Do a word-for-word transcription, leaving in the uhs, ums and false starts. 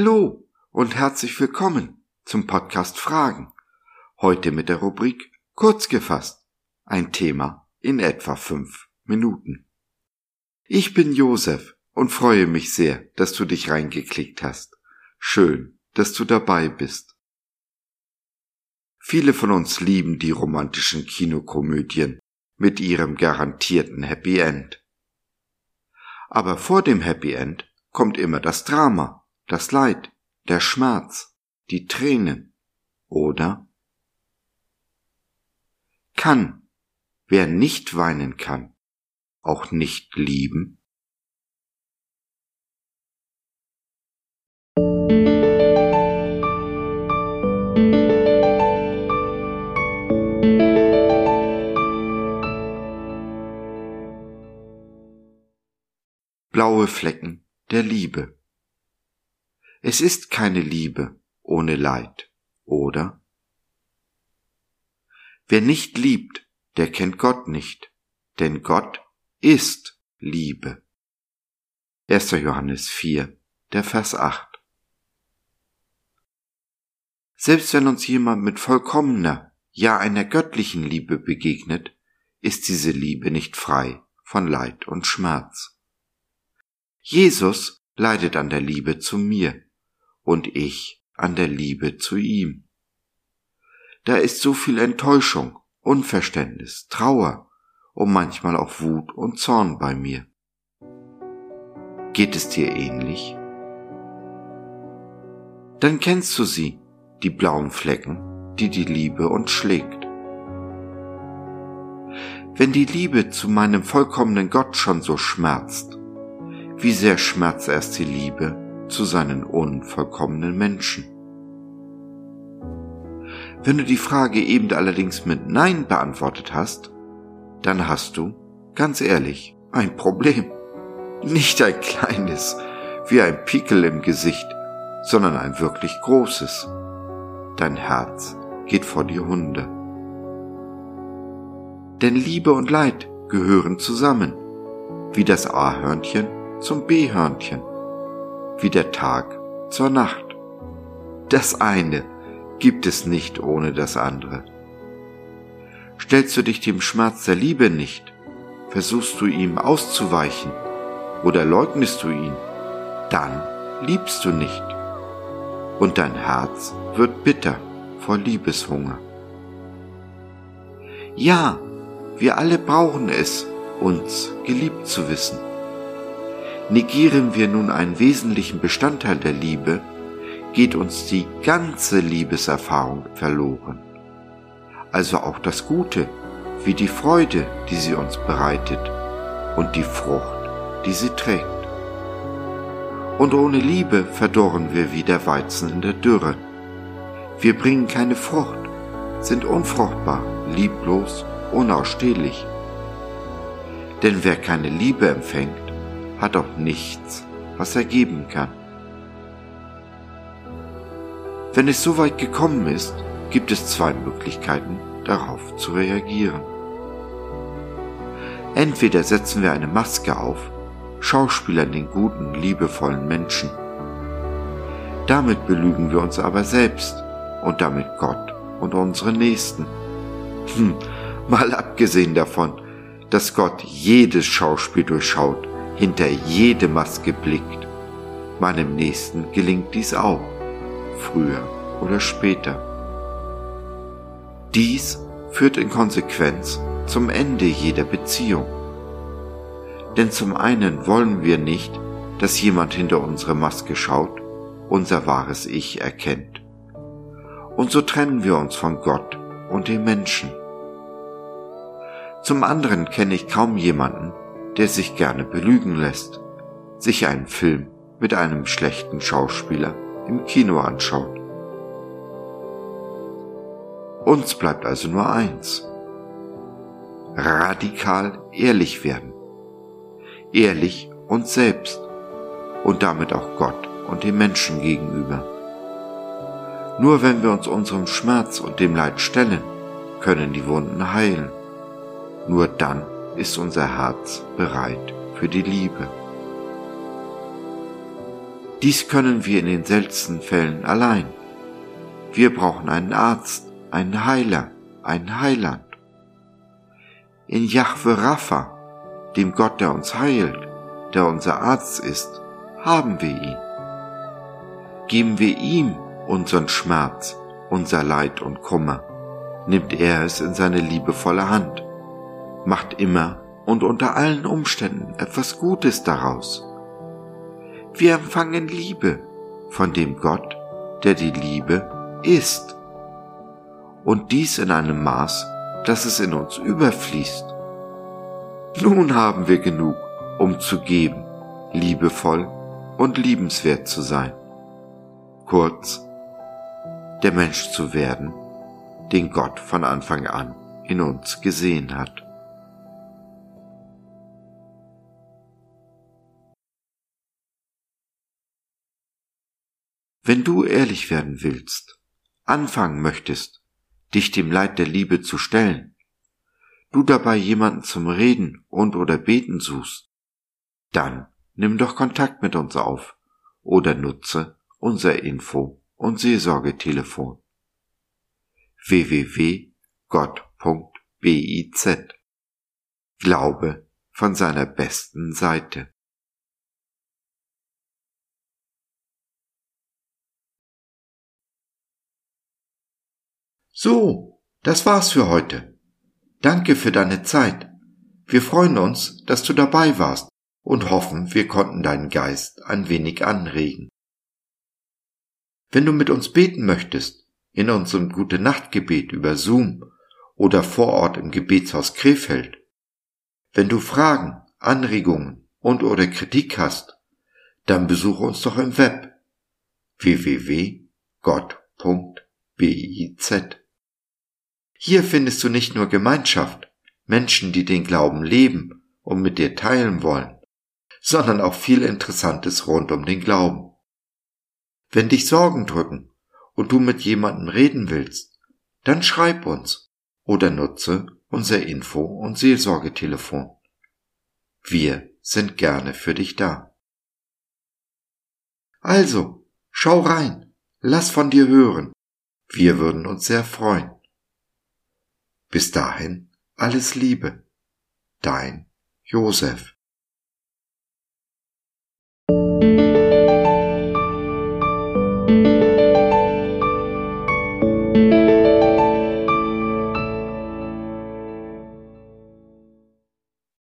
Hallo und herzlich willkommen zum Podcast Fragen. Heute mit der Rubrik Kurz gefasst. Ein Thema in etwa fünf Minuten. Ich bin Josef und freue mich sehr, dass du dich reingeklickt hast. Schön, dass du dabei bist. Viele von uns lieben die romantischen Kinokomödien mit ihrem garantierten Happy End. Aber vor dem Happy End kommt immer das Drama, das Leid, der Schmerz, die Tränen, oder? Kann, wer nicht weinen kann, auch nicht lieben? Blaue Flecken der Liebe. Es ist keine Liebe ohne Leid, oder? Wer nicht liebt, der kennt Gott nicht, denn Gott ist Liebe. erster Johannes vier, der Vers acht. Selbst wenn uns jemand mit vollkommener, ja einer göttlichen Liebe begegnet, ist diese Liebe nicht frei von Leid und Schmerz. Jesus leidet an der Liebe zu mir und ich an der Liebe zu ihm. Da ist so viel Enttäuschung, Unverständnis, Trauer und manchmal auch Wut und Zorn bei mir. Geht es dir ähnlich? Dann kennst du sie, die blauen Flecken, die die Liebe uns schlägt. Wenn die Liebe zu meinem vollkommenen Gott schon so schmerzt, wie sehr schmerzt erst die Liebe zu seinen unvollkommenen Menschen. Wenn du die Frage eben allerdings mit Nein beantwortet hast, dann hast du, ganz ehrlich, ein Problem. Nicht ein kleines, wie ein Pickel im Gesicht, sondern ein wirklich großes. Dein Herz geht vor die Hunde. Denn Liebe und Leid gehören zusammen, wie das A-Hörnchen zum B-Hörnchen, wie der Tag zur Nacht. Das eine gibt es nicht ohne das andere. Stellst du dich dem Schmerz der Liebe nicht, versuchst du ihm auszuweichen oder leugnest du ihn, dann liebst du nicht und dein Herz wird bitter vor Liebeshunger. Ja, wir alle brauchen es, uns geliebt zu wissen. Negieren wir nun einen wesentlichen Bestandteil der Liebe, geht uns die ganze Liebeserfahrung verloren. Also auch das Gute, wie die Freude, die sie uns bereitet und die Frucht, die sie trägt. Und ohne Liebe verdorren wir wie der Weizen in der Dürre. Wir bringen keine Frucht, sind unfruchtbar, lieblos, unausstehlich. Denn wer keine Liebe empfängt, hat auch nichts, was er geben kann. Wenn es so weit gekommen ist, gibt es zwei Möglichkeiten, darauf zu reagieren. Entweder setzen wir eine Maske auf, schauspielern den guten, liebevollen Menschen. Damit belügen wir uns aber selbst und damit Gott und unsere Nächsten. Hm, mal abgesehen davon, dass Gott jedes Schauspiel durchschaut, hinter jede Maske blickt. Meinem Nächsten gelingt dies auch, früher oder später. Dies führt in Konsequenz zum Ende jeder Beziehung. Denn zum einen wollen wir nicht, dass jemand hinter unsere Maske schaut, unser wahres Ich erkennt. Und so trennen wir uns von Gott und den Menschen. Zum anderen kenne ich kaum jemanden, der sich gerne belügen lässt, sich einen Film mit einem schlechten Schauspieler im Kino anschaut. Uns bleibt also nur eins: radikal ehrlich werden. Ehrlich uns selbst und damit auch Gott und den Menschen gegenüber. Nur wenn wir uns unserem Schmerz und dem Leid stellen, können die Wunden heilen. Nur dann ist unser Herz bereit für die Liebe. Dies können wir in den seltensten Fällen allein. Wir brauchen einen Arzt, einen Heiler, einen Heiland. In Jahwe Rapha, dem Gott, der uns heilt, der unser Arzt ist, haben wir ihn. Geben wir ihm unseren Schmerz, unser Leid und Kummer, nimmt er es in seine liebevolle Hand, macht immer und unter allen Umständen etwas Gutes daraus. Wir empfangen Liebe von dem Gott, der die Liebe ist. Und dies in einem Maß, dass es in uns überfließt. Nun haben wir genug, um zu geben, liebevoll und liebenswert zu sein. Kurz, der Mensch zu werden, den Gott von Anfang an in uns gesehen hat. Wenn du ehrlich werden willst, anfangen möchtest, dich dem Leid der Liebe zu stellen, du dabei jemanden zum Reden und oder Beten suchst, dann nimm doch Kontakt mit uns auf oder nutze unser Info- und Seelsorgetelefon w w w punkt gott punkt biz. Glaube von seiner besten Seite. So, das war's für heute. Danke für deine Zeit. Wir freuen uns, dass du dabei warst und hoffen, wir konnten deinen Geist ein wenig anregen. Wenn du mit uns beten möchtest, in unserem Gute-Nacht-Gebet über Zoom oder vor Ort im Gebetshaus Krefeld, wenn du Fragen, Anregungen und oder Kritik hast, dann besuche uns doch im Web w w w punkt gott punkt biz. Hier findest du nicht nur Gemeinschaft, Menschen, die den Glauben leben und mit dir teilen wollen, sondern auch viel Interessantes rund um den Glauben. Wenn dich Sorgen drücken und du mit jemandem reden willst, dann schreib uns oder nutze unser Info- und Seelsorgetelefon. Wir sind gerne für dich da. Also, schau rein, lass von dir hören. Wir würden uns sehr freuen. Bis dahin, alles Liebe. Dein Josef.